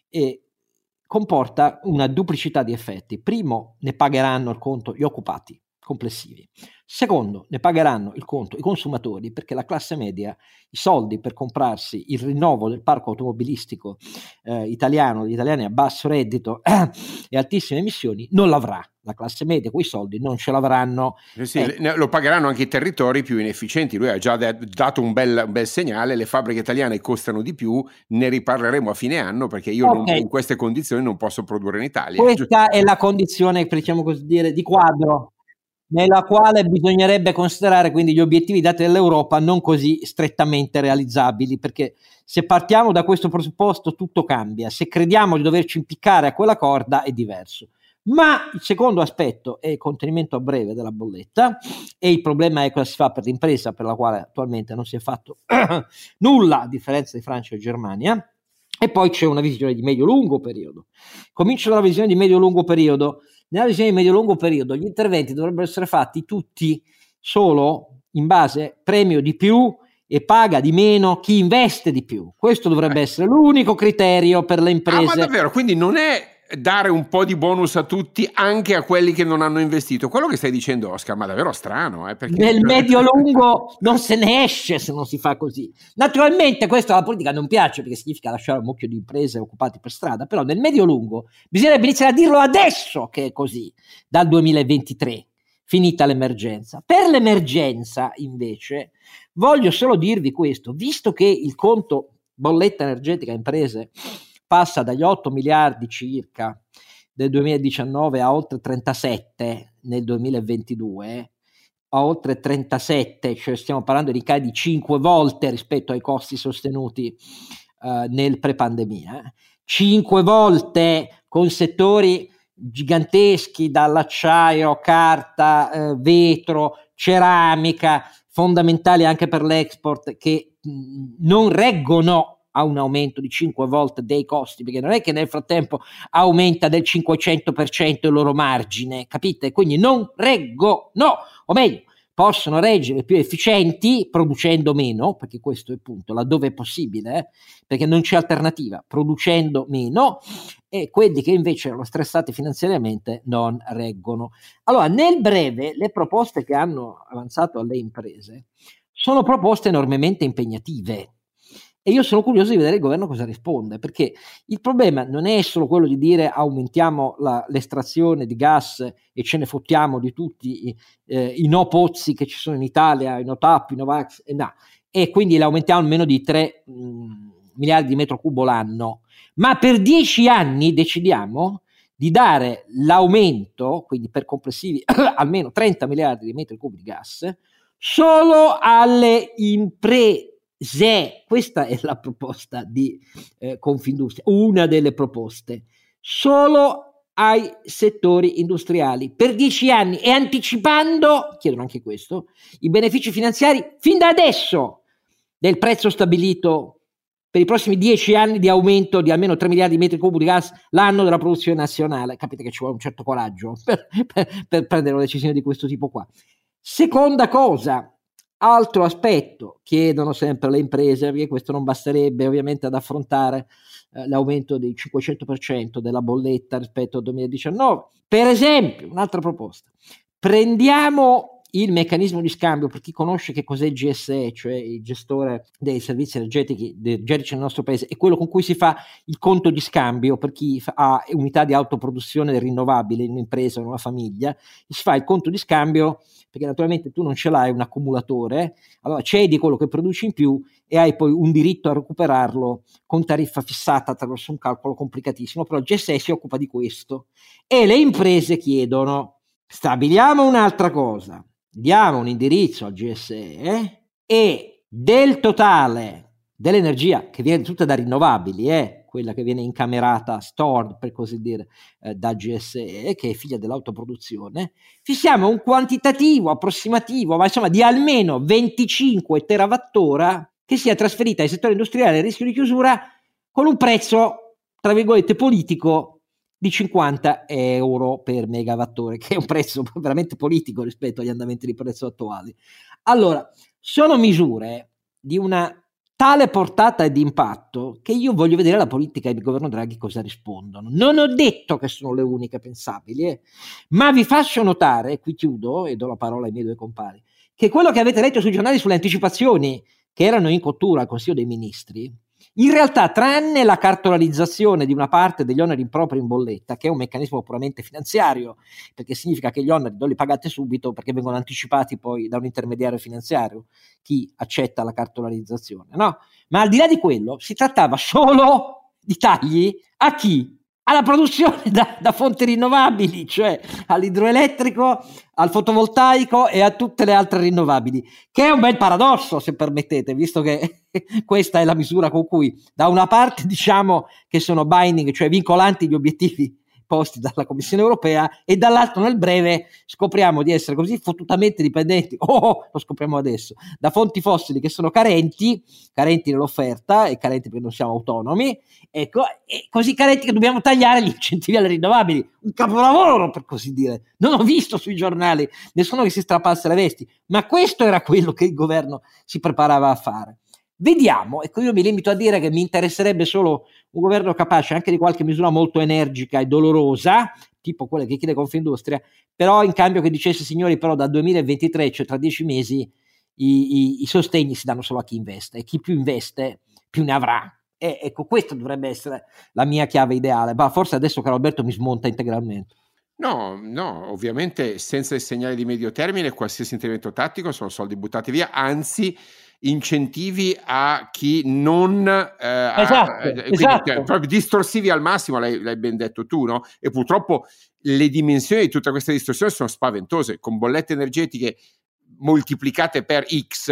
e comporta una duplicità di effetti. Primo, ne pagheranno il conto gli occupati complessivi. Secondo, ne pagheranno il conto i consumatori, perché la classe media i soldi per comprarsi il rinnovo del parco automobilistico eh, italiano, gli italiani a basso reddito eh, e altissime emissioni, non l'avrà. La classe media quei soldi non ce l'avranno. Eh sì, eh. Lo pagheranno anche i territori più inefficienti. Lui ha già dato un bel, un bel segnale: le fabbriche italiane costano di più, ne riparleremo a fine anno, perché io okay. non, in queste condizioni non posso produrre in Italia. Questa è la condizione, diciamo così dire, di quadro nella quale bisognerebbe considerare quindi gli obiettivi dati dall'Europa non così strettamente realizzabili, perché se partiamo da questo presupposto tutto cambia, se crediamo di doverci impiccare a quella corda è diverso. Ma il secondo aspetto è il contenimento a breve della bolletta, e il problema è cosa si fa per l'impresa, per la quale attualmente non si è fatto nulla, a differenza di Francia e Germania. E poi c'è una visione di medio-lungo periodo. Comincio dalla visione di medio-lungo periodo. Nella visione di medio-lungo periodo gli interventi dovrebbero essere fatti tutti solo in base premio di più e paga di meno chi investe di più. Questo dovrebbe eh. essere l'unico criterio per le imprese. Ah, ma davvero? Quindi non è dare un po' di bonus a tutti, anche a quelli che non hanno investito? Quello che stai dicendo, Oscar, ma davvero strano, eh? Perché... nel medio-lungo non se ne esce se non si fa così. Naturalmente questo alla politica non piace, perché significa lasciare un mucchio di imprese occupati per strada, però nel medio-lungo bisognerebbe iniziare a dirlo adesso che è così, dal duemilaventitré, finita l'emergenza. Per l'emergenza invece voglio solo dirvi questo: visto che il conto bolletta energetica imprese passa dagli otto miliardi circa del duemiladiciannove a oltre trentasette nel duemilaventidue, a oltre trentasette, cioè stiamo parlando di cali di cinque volte rispetto ai costi sostenuti uh, nel pre-pandemia, cinque volte, con settori giganteschi, dall'acciaio, carta, eh, vetro, ceramica, fondamentali anche per l'export, che mh, non reggono a un aumento di cinque volte dei costi, perché non è che nel frattempo aumenta del cinquecento per cento il loro margine, capite? Quindi non reggo, no, o meglio, possono reggere più efficienti producendo meno, perché questo è il punto, laddove è possibile, eh? Perché non c'è alternativa, producendo meno, e quelli che invece erano stressati finanziariamente non reggono. Allora, nel breve, le proposte che hanno avanzato alle imprese sono proposte enormemente impegnative. E io sono curioso di vedere il governo cosa risponde, perché il problema non è solo quello di dire aumentiamo la, l'estrazione di gas e ce ne fottiamo di tutti i, eh, i no pozzi che ci sono in Italia, i no TAP, i no Vax, e no, e quindi le aumentiamo almeno di tre mh, miliardi di metro cubo l'anno, ma per dieci anni decidiamo di dare l'aumento, quindi per complessivi almeno trenta miliardi di metri cubi di gas, solo alle imprese. Se questa è la proposta di eh, Confindustria, una delle proposte, solo ai settori industriali per dieci anni, e anticipando, chiedono anche questo, i benefici finanziari fin da adesso del prezzo stabilito per i prossimi dieci anni di aumento di almeno tre miliardi di metri cubi di gas l'anno della produzione nazionale. Capite che ci vuole un certo coraggio per, per, per prendere una decisione di questo tipo qua. Seconda cosa, altro aspetto, chiedono sempre le imprese, perché questo non basterebbe ovviamente ad affrontare eh, l'aumento del cinquecento per cento della bolletta rispetto al duemiladiciannove. Per esempio, un'altra proposta, prendiamo il meccanismo di scambio, per chi conosce che cos'è il G S E, cioè il gestore dei servizi energetici, energetici nel nostro paese, è quello con cui si fa il conto di scambio per chi fa, ha unità di autoproduzione rinnovabile in un'impresa o in una famiglia, si fa il conto di scambio perché naturalmente tu non ce l'hai un accumulatore, allora cedi quello che produci in più e hai poi un diritto a recuperarlo con tariffa fissata attraverso un calcolo complicatissimo, però il G S E si occupa di questo e le imprese chiedono: stabiliamo un'altra cosa, diamo un indirizzo al G S E e del totale dell'energia che viene tutta da rinnovabili, eh, quella che viene incamerata, stored per così dire, eh, da G S E, che è figlia dell'autoproduzione, fissiamo un quantitativo approssimativo, ma insomma di almeno venticinque terawattora che sia trasferita ai settori industriali a rischio di chiusura con un prezzo, tra virgolette, politico di cinquanta euro per megawattore, che è un prezzo veramente politico rispetto agli andamenti di prezzo attuali. Allora, sono misure di una tale portata e di impatto che io voglio vedere la politica e il governo Draghi cosa rispondono. Non ho detto che sono le uniche pensabili, eh, ma vi faccio notare, qui chiudo e do la parola ai miei due compari, che quello che avete letto sui giornali sulle anticipazioni che erano in cottura al Consiglio dei Ministri, in realtà, tranne la cartolarizzazione di una parte degli oneri impropri in bolletta, che è un meccanismo puramente finanziario, perché significa che gli oneri non li pagate subito perché vengono anticipati poi da un intermediario finanziario, chi accetta la cartolarizzazione, no? Ma al di là di quello, si trattava solo di tagli a chi? Alla produzione da, da fonti rinnovabili, cioè all'idroelettrico, al fotovoltaico e a tutte le altre rinnovabili, che è un bel paradosso, se permettete, visto che questa è la misura con cui da una parte diciamo che sono binding, cioè vincolanti gli obiettivi posti dalla Commissione europea, e dall'altro nel breve scopriamo di essere così fottutamente dipendenti, oh, lo scopriamo adesso, da fonti fossili che sono carenti, carenti nell'offerta e carenti perché non siamo autonomi, ecco, e così carenti che dobbiamo tagliare gli incentivi alle rinnovabili, un capolavoro per così dire. Non ho visto sui giornali nessuno che si strappasse le vesti, ma questo era quello che il governo si preparava a fare. Vediamo, ecco, io mi limito a dire che mi interesserebbe solo un governo capace anche di qualche misura molto energica e dolorosa, tipo quella che chiede Confindustria, però in cambio che dicesse: signori, però dal duemilaventitré, cioè tra dieci mesi, i, i, i sostegni si danno solo a chi investe, e chi più investe più ne avrà. E ecco, questa dovrebbe essere la mia chiave ideale, ma forse adesso Carlo Alberto mi smonta integralmente. No, no, ovviamente senza il segnale di medio termine qualsiasi intervento tattico sono soldi buttati via, anzi incentivi a chi non eh, esatto, ha, quindi, esatto. proprio distorsivi al massimo, l'hai, l'hai ben detto tu, no? E purtroppo le dimensioni di tutta questa distorsione sono spaventose, con bollette energetiche moltiplicate per X.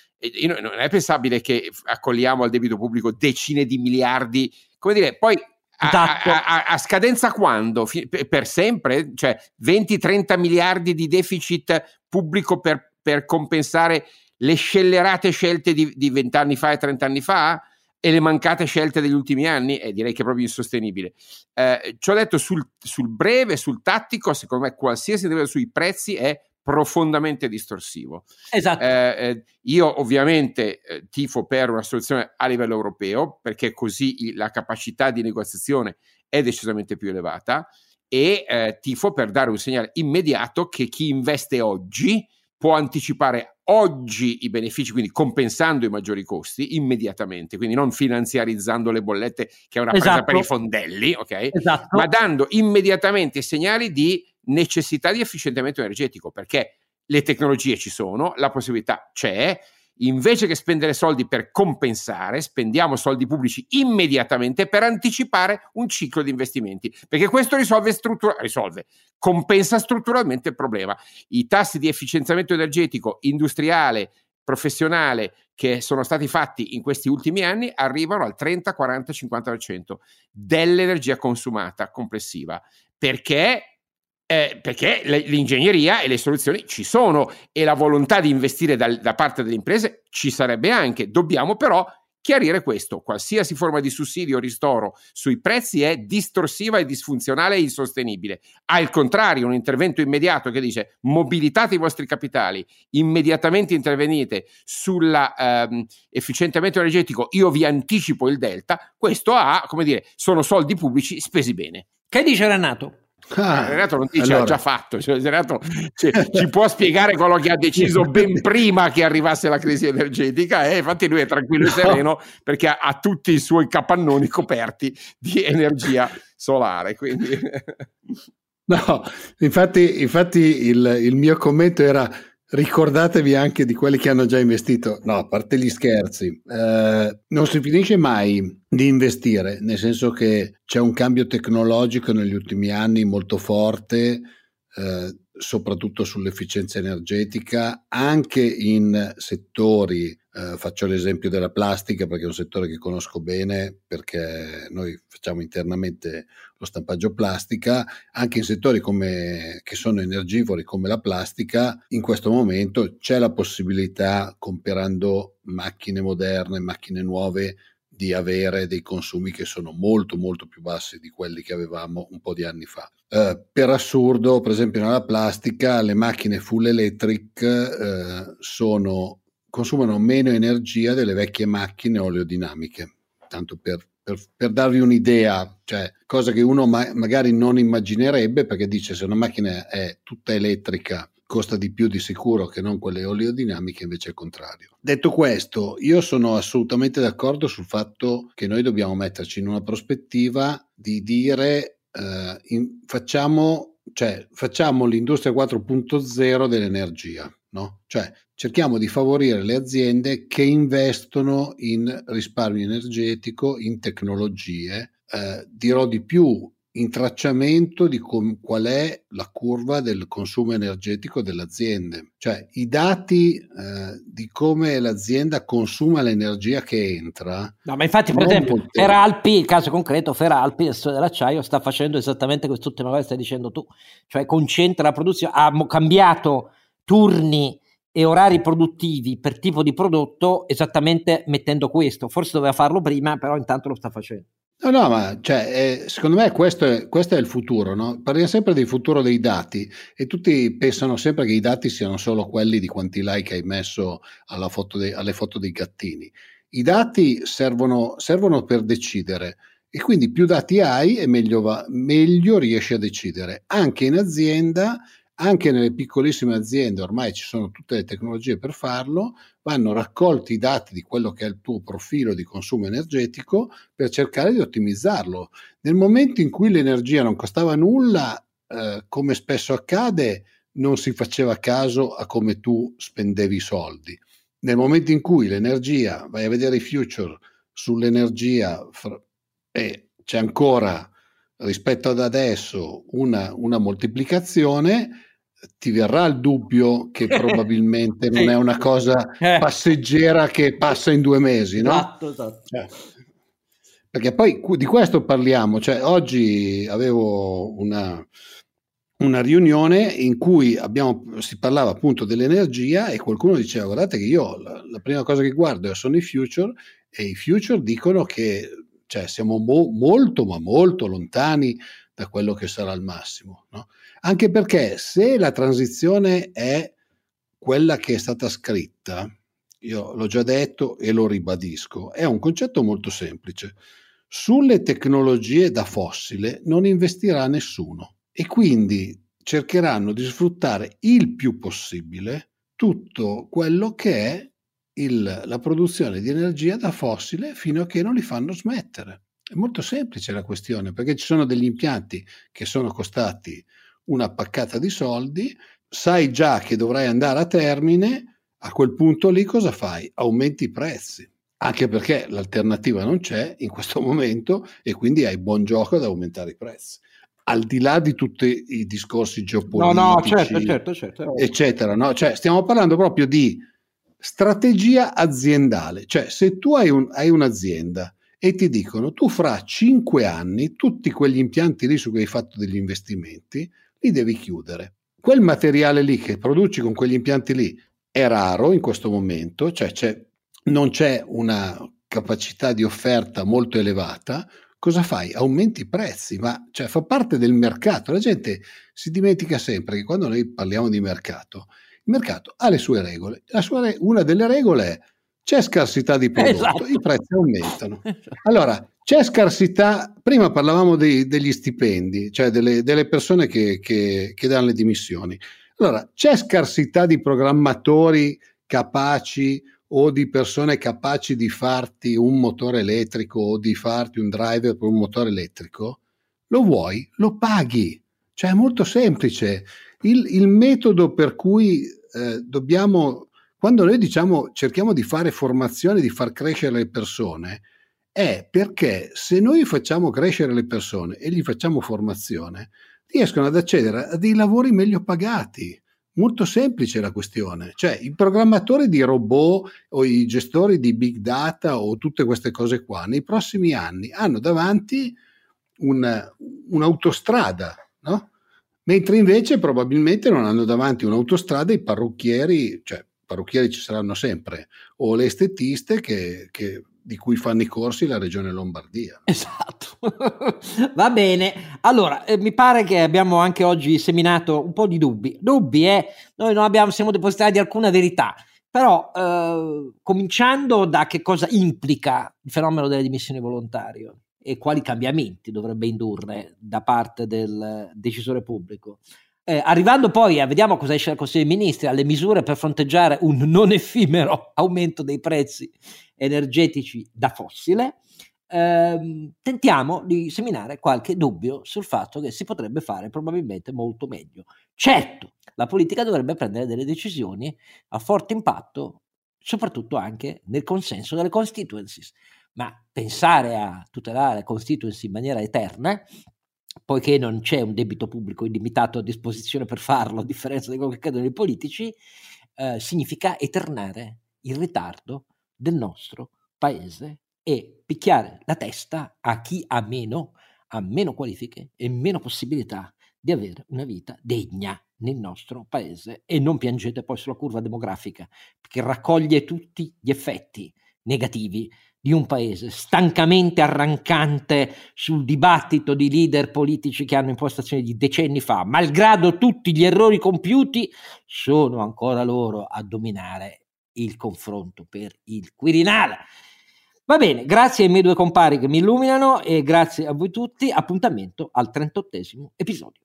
E non è pensabile che accolliamo al debito pubblico decine di miliardi, come dire, poi a, esatto. a, a, a scadenza quando? Per sempre? Cioè venti trenta miliardi di deficit pubblico per, per compensare le scellerate scelte di vent'anni fa e trent'anni fa e le mancate scelte degli ultimi anni? E eh, direi che è proprio insostenibile. Eh, ci ho detto sul, sul breve, sul tattico, secondo me qualsiasi livello sui prezzi è profondamente distorsivo. Esatto. Eh, eh, io ovviamente eh, tifo per una soluzione a livello europeo, perché così la capacità di negoziazione è decisamente più elevata, e eh, tifo per dare un segnale immediato che chi investe oggi può anticipare oggi i benefici, quindi compensando i maggiori costi immediatamente, quindi non finanziarizzando le bollette, che è una presa esatto. per i fondelli, ok? Esatto. Ma dando immediatamente segnali di necessità di efficientamento energetico, perché le tecnologie ci sono, la possibilità c'è. Invece che spendere soldi per compensare, spendiamo soldi pubblici immediatamente per anticipare un ciclo di investimenti, perché questo risolve, struttura- risolve, compensa strutturalmente il problema. I tassi di efficientamento energetico industriale, professionale, che sono stati fatti in questi ultimi anni arrivano al trenta, quaranta, cinquanta per cento dell'energia consumata complessiva, perché Eh, perché le, l'ingegneria e le soluzioni ci sono e la volontà di investire dal, da parte delle imprese ci sarebbe anche. Dobbiamo però chiarire questo: qualsiasi forma di sussidio o ristoro sui prezzi è distorsiva e disfunzionale e insostenibile. Al contrario, un intervento immediato che dice: mobilitate i vostri capitali, immediatamente intervenite sull'efficientamento ehm, energetico, io vi anticipo il delta. Questo ha, come dire, sono soldi pubblici spesi bene. Che dice Renato? Ah, Renato non dice, allora, ha già fatto, cioè, Renato cioè, ci può spiegare quello che ha deciso ben prima che arrivasse la crisi energetica, e infatti lui è tranquillo e sereno perché ha, ha tutti i suoi capannoni coperti di energia solare, quindi... No, infatti, infatti il, il mio commento era: ricordatevi anche di quelli che hanno già investito. No, a parte gli scherzi, eh, non si finisce mai di investire, nel senso che c'è un cambio tecnologico negli ultimi anni molto forte, eh, soprattutto sull'efficienza energetica, anche in settori, eh, faccio l'esempio della plastica perché è un settore che conosco bene, perché noi facciamo internamente lo stampaggio plastica, anche in settori come, che sono energivori come la plastica, in questo momento c'è la possibilità, comprando macchine moderne, macchine nuove, di avere dei consumi che sono molto molto più bassi di quelli che avevamo un po' di anni fa. Eh, per assurdo, per esempio nella plastica, le macchine full electric eh, sono, consumano meno energia delle vecchie macchine oleodinamiche, tanto per, per, per darvi un'idea, cioè cosa che uno ma- magari non immaginerebbe, perché dice se una macchina è tutta elettrica costa di più di sicuro che non quelle oleodinamiche, invece è il contrario. Detto questo, io sono assolutamente d'accordo sul fatto che noi dobbiamo metterci in una prospettiva di dire eh, in, facciamo, cioè, facciamo l'industria quattro punto zero dell'energia, no? Cioè cerchiamo di favorire le aziende che investono in risparmio energetico, in tecnologie, eh, dirò di più, in tracciamento di com- qual è la curva del consumo energetico delle aziende, cioè i dati eh, di come l'azienda consuma l'energia che entra. No, ma infatti, per esempio, molte... Feralpi, il caso concreto, Feralpi, il settore dell'acciaio, sta facendo esattamente quest'ultima cosa che stai dicendo tu, cioè concentra la produzione, ha cambiato turni e orari produttivi per tipo di prodotto esattamente mettendo questo. Forse doveva farlo prima, però intanto lo sta facendo. No, no, ma cioè, eh, secondo me questo è, questo è il futuro, no? Parliamo sempre del futuro dei dati e tutti pensano sempre che i dati siano solo quelli di quanti like hai messo alla foto de, alle foto dei gattini. I dati servono, servono per decidere e quindi più dati hai e meglio, va, meglio riesci a decidere. Anche in azienda, anche nelle piccolissime aziende, ormai ci sono tutte le tecnologie per farlo, vanno raccolti i dati di quello che è il tuo profilo di consumo energetico per cercare di ottimizzarlo. Nel momento in cui l'energia non costava nulla, eh, come spesso accade, non si faceva caso a come tu spendevi i soldi. Nel momento in cui l'energia, vai a vedere i future sull'energia e c'è ancora rispetto ad adesso una, una moltiplicazione, ti verrà il dubbio che probabilmente non sì. è una cosa passeggera che passa in due mesi, no? Esatto, esatto. Cioè, perché poi di questo parliamo, cioè oggi avevo una, una riunione in cui abbiamo, si parlava appunto dell'energia e qualcuno diceva guardate che io la, la prima cosa che guardo sono i future e i future dicono che cioè, siamo mo, molto ma molto lontani da quello che sarà il massimo, no? Anche perché se la transizione è quella che è stata scritta, io l'ho già detto e lo ribadisco, è un concetto molto semplice. Sulle tecnologie da fossile non investirà nessuno e quindi cercheranno di sfruttare il più possibile tutto quello che è il, la produzione di energia da fossile fino a che non li fanno smettere. È molto semplice la questione, perché ci sono degli impianti che sono costati una paccata di soldi, sai già che dovrai andare a termine, a quel punto lì cosa fai? Aumenti i prezzi, anche perché l'alternativa non c'è in questo momento e quindi hai buon gioco ad aumentare i prezzi. Al di là di tutti i discorsi geopolitici, no, no, certo, certo, certo. eccetera, no? Cioè, stiamo parlando proprio di strategia aziendale, cioè se tu hai, un, hai un'azienda e ti dicono tu fra cinque anni tutti quegli impianti lì su cui hai fatto degli investimenti li devi chiudere. Quel materiale lì che produci con quegli impianti lì è raro in questo momento, cioè c'è, non c'è una capacità di offerta molto elevata. Cosa fai? Aumenti i prezzi, ma cioè, fa parte del mercato. La gente si dimentica sempre che quando noi parliamo di mercato, il mercato ha le sue regole. La sua re- una delle regole è c'è scarsità di prodotto, esatto. I prezzi aumentano. Allora, c'è scarsità, prima parlavamo dei, degli stipendi, cioè delle, delle persone che, che, che danno le dimissioni. Allora, c'è scarsità di programmatori capaci o di persone capaci di farti un motore elettrico o di farti un driver per un motore elettrico? Lo vuoi? Lo paghi. Cioè è molto semplice. Il, il metodo per cui eh, dobbiamo... Quando noi diciamo cerchiamo di fare formazione, di far crescere le persone, è perché se noi facciamo crescere le persone e gli facciamo formazione, riescono ad accedere a dei lavori meglio pagati. Molto semplice la questione, cioè i programmatori di robot o i gestori di big data o tutte queste cose qua nei prossimi anni hanno davanti un, un'autostrada, no? Mentre invece probabilmente non hanno davanti un'autostrada i parrucchieri, cioè parrucchieri ci saranno sempre, o le estetiste che, che, di cui fanno i corsi la regione Lombardia. Esatto. Va bene, allora eh, mi pare che abbiamo anche oggi seminato un po' di dubbi dubbi eh? Noi non abbiamo, siamo depositati di alcuna verità, però eh, cominciando da che cosa implica il fenomeno delle dimissioni volontarie e quali cambiamenti dovrebbe indurre da parte del decisore pubblico, eh, arrivando poi a vediamo cosa esce dal Consiglio dei Ministri, alle misure per fronteggiare un non effimero aumento dei prezzi energetici da fossile. Eh, tentiamo di seminare qualche dubbio sul fatto che si potrebbe fare probabilmente molto meglio. Certo, la politica dovrebbe prendere delle decisioni a forte impatto, soprattutto anche nel consenso delle constituencies, ma pensare a tutelare le constituency in maniera eterna, poiché non c'è un debito pubblico illimitato a disposizione per farlo, a differenza di quello che credono i politici, eh, significa eternare il ritardo del nostro paese e picchiare la testa a chi ha meno, ha meno qualifiche e meno possibilità di avere una vita degna nel nostro paese. E non piangete poi sulla curva demografica, perché raccoglie tutti gli effetti negativi di un paese stancamente arrancante sul dibattito di leader politici che hanno impostazioni di decenni fa, malgrado tutti gli errori compiuti, sono ancora loro a dominare il confronto per il Quirinale. Va bene, grazie ai miei due compari che mi illuminano e grazie a voi tutti. Appuntamento al trentottesimo episodio.